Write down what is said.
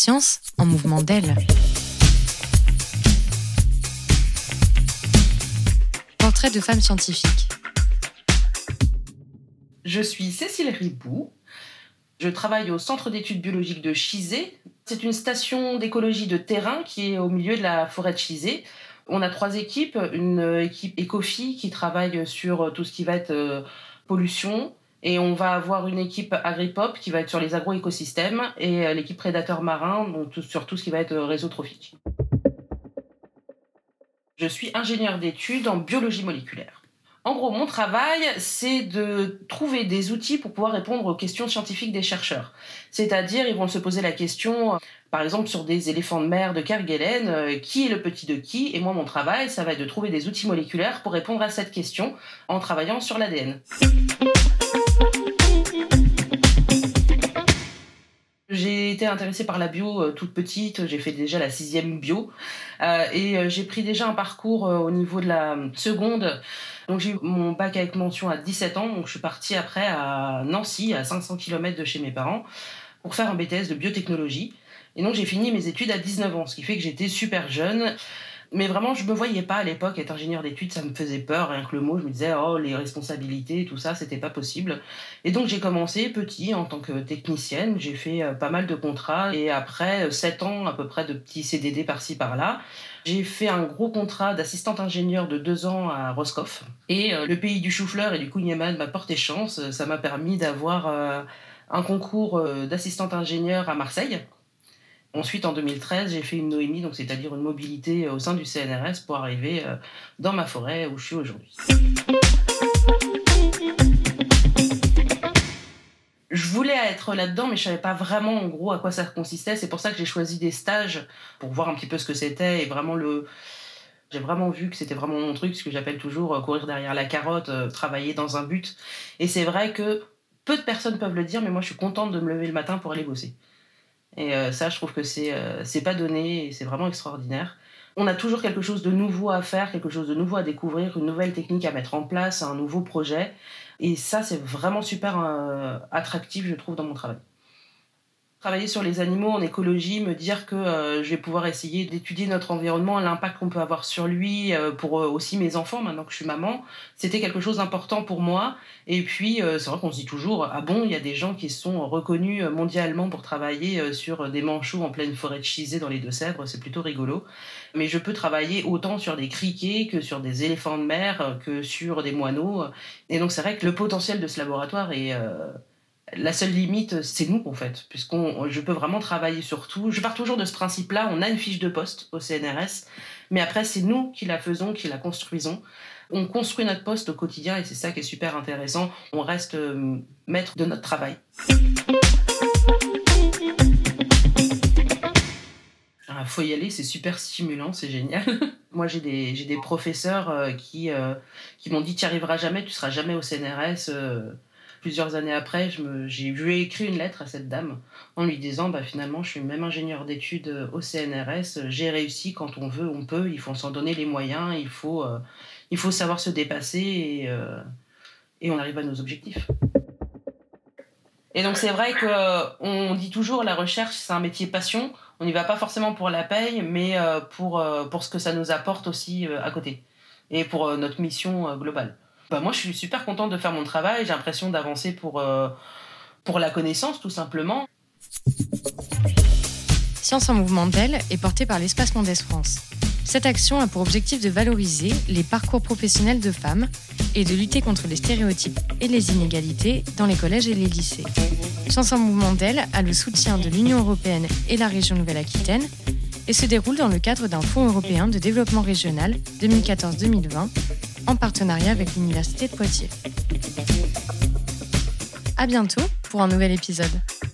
Science en mouvement d'aile. Portrait de femmes scientifiques. Je suis Cécile Riboud. Je travaille au Centre d'études biologiques de Chizé. C'est une station d'écologie de terrain qui est au milieu de la forêt de Chizé. On a 3 équipes. Une équipe Ecofi qui travaille sur tout ce qui va être pollution. Et on va avoir une équipe Agripop qui va être sur les agro-écosystèmes et l'équipe Prédateurs marins donc sur tout ce qui va être réseau trophique. Je suis ingénieure d'études en biologie moléculaire. En gros, mon travail, c'est de trouver des outils pour pouvoir répondre aux questions scientifiques des chercheurs. C'est-à-dire, ils vont se poser la question, par exemple, sur des éléphants de mer de Kerguelen, qui est le petit de qui ? Et moi, mon travail, ça va être de trouver des outils moléculaires pour répondre à cette question en travaillant sur l'ADN. J'ai été intéressée par la bio toute petite, j'ai fait déjà la 6e bio et j'ai pris déjà un parcours au niveau de la seconde. Donc j'ai eu mon bac avec mention à 17 ans, donc je suis partie après à Nancy, à 500 km de chez mes parents, pour faire un BTS de biotechnologie. Et donc j'ai fini mes études à 19 ans, ce qui fait que j'étais super jeune. Mais vraiment, je me voyais pas à l'époque être ingénieur d'études, ça me faisait peur, rien que le mot, je me disais, les responsabilités, tout ça, c'était pas possible. Et donc j'ai commencé petit en tant que technicienne, j'ai fait pas mal de contrats, et après 7 ans à peu près de petits CDD par-ci par-là, j'ai fait un gros contrat d'assistante ingénieure de 2 ans à Roscoff. Et le pays du chou-fleur et du kouign-amann m'a porté chance, ça m'a permis d'avoir un concours d'assistante ingénieure à Marseille. Ensuite, en 2013, j'ai fait une Noémie, donc c'est-à-dire une mobilité au sein du CNRS pour arriver dans ma forêt où je suis aujourd'hui. Je voulais être là-dedans, mais je savais pas vraiment en gros à quoi ça consistait. C'est pour ça que j'ai choisi des stages pour voir un petit peu ce que c'était et vraiment j'ai vraiment vu que c'était vraiment mon truc, ce que j'appelle toujours courir derrière la carotte, travailler dans un but. Et c'est vrai que peu de personnes peuvent le dire, mais moi je suis contente de me lever le matin pour aller bosser. Et ça, je trouve que c'est pas donné et c'est vraiment extraordinaire. On a toujours quelque chose de nouveau à faire, quelque chose de nouveau à découvrir, une nouvelle technique à mettre en place, un nouveau projet. Et ça, c'est vraiment super attractif, je trouve, dans mon travail. Travailler sur les animaux en écologie, me dire que je vais pouvoir essayer d'étudier notre environnement, l'impact qu'on peut avoir sur lui, pour aussi mes enfants, maintenant que je suis maman, c'était quelque chose d'important pour moi. Et puis, c'est vrai qu'on se dit toujours, ah bon, il y a des gens qui sont reconnus mondialement pour travailler sur des manchots en pleine forêt de Chizé dans les Deux-Sèvres, c'est plutôt rigolo. Mais je peux travailler autant sur des criquets que sur des éléphants de mer, que sur des moineaux. Et donc, c'est vrai que le potentiel de ce laboratoire est... La seule limite, c'est nous, en fait, je peux vraiment travailler sur tout. Je pars toujours de ce principe-là, on a une fiche de poste au CNRS, mais après, c'est nous qui la faisons, qui la construisons. On construit notre poste au quotidien et c'est ça qui est super intéressant. On reste maître de notre travail. Faut y aller, c'est super stimulant, c'est génial. Moi, j'ai des professeurs qui m'ont dit « Tu n'y arriveras jamais, tu ne seras jamais au CNRS ». Plusieurs années après, j'ai écrit une lettre à cette dame en lui disant finalement, je suis même ingénieur d'études au CNRS, j'ai réussi, quand on veut, on peut, il faut s'en donner les moyens, il faut savoir se dépasser et on arrive à nos objectifs. Et donc c'est vrai qu'on dit toujours la recherche, c'est un métier passion, on n'y va pas forcément pour la paye, mais pour ce que ça nous apporte aussi à côté et pour notre mission globale. Moi, je suis super contente de faire mon travail. J'ai l'impression d'avancer pour la connaissance, tout simplement. Science en mouvement d'aile est portée par l'Espace Mendès France. Cette action a pour objectif de valoriser les parcours professionnels de femmes et de lutter contre les stéréotypes et les inégalités dans les collèges et les lycées. Science en mouvement d'aile a le soutien de l'Union européenne et la région Nouvelle-Aquitaine et se déroule dans le cadre d'un fonds européen de développement régional 2014-2020 en partenariat avec l'Université de Poitiers. À bientôt pour un nouvel épisode.